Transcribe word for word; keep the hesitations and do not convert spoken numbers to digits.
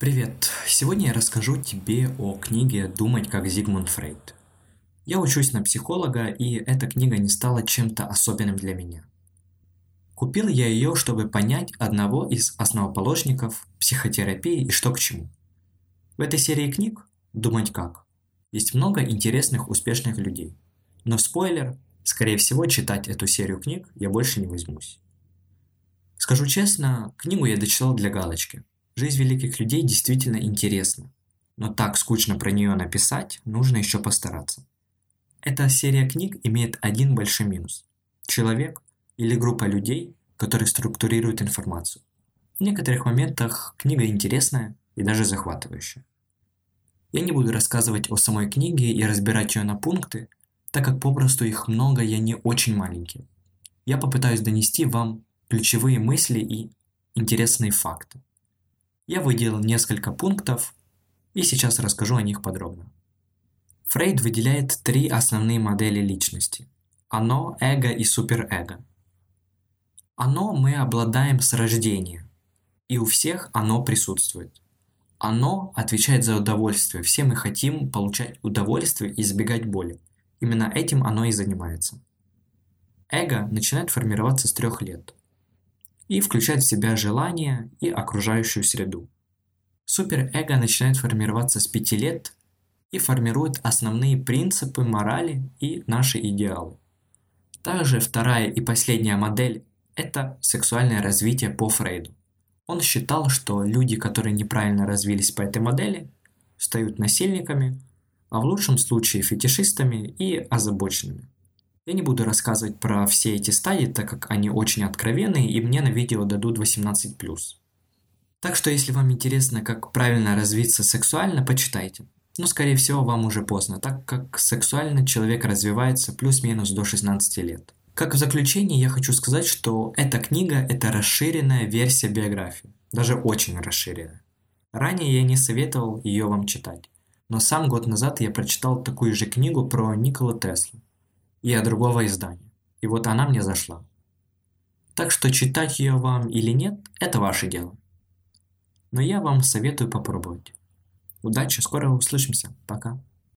Привет! Сегодня я расскажу тебе о книге «Думать как Зигмунд Фрейд». Я учусь на психолога, и эта книга не стала чем-то особенным для меня. Купил я ее, чтобы понять одного из основоположников психотерапии и что к чему. В этой серии книг «Думать как» есть много интересных, успешных людей. Но спойлер, скорее всего, читать эту серию книг я больше не возьмусь. Скажу честно, книгу я дочитал для галочки. Жизнь великих людей действительно интересна, но так скучно про нее написать, нужно еще постараться. Эта серия книг имеет один большой минус. Человек или группа людей, которые структурируют информацию. В некоторых моментах книга интересная и даже захватывающая. Я не буду рассказывать о самой книге и разбирать ее на пункты, так как попросту их много и они очень маленькие. Я попытаюсь донести вам ключевые мысли и интересные факты. Я выделил несколько пунктов и сейчас расскажу о них подробно. Фрейд выделяет три основные модели личности. Оно, эго и суперэго. Оно мы обладаем с рождения, и у всех оно присутствует. Оно отвечает за удовольствие. Все мы хотим получать удовольствие и избегать боли. Именно этим оно и занимается. Эго начинает формироваться с трех лет и включает в себя желания и окружающую среду. Суперэго начинает формироваться с пяти лет и формирует основные принципы морали и наши идеалы. Также вторая и последняя модель – это сексуальное развитие по Фрейду. Он считал, что люди, которые неправильно развились по этой модели, стают насильниками, а в лучшем случае фетишистами и озабоченными. Я не буду рассказывать про все эти стадии, так как они очень откровенные и мне на видео дадут восемнадцать плюс. Так что если вам интересно, как правильно развиться сексуально, почитайте. Но скорее всего вам уже поздно, так как сексуально человек развивается плюс-минус до шестнадцати лет. Как в заключение я хочу сказать, что эта книга – это расширенная версия биографии, даже очень расширенная. Ранее я не советовал ее вам читать, но сам год назад я прочитал такую же книгу про Николу Теслу и от другого издания, и вот она мне зашла. Так что читать ее вам или нет – это ваше дело. Но я вам советую попробовать. Удачи, скоро услышимся. Пока.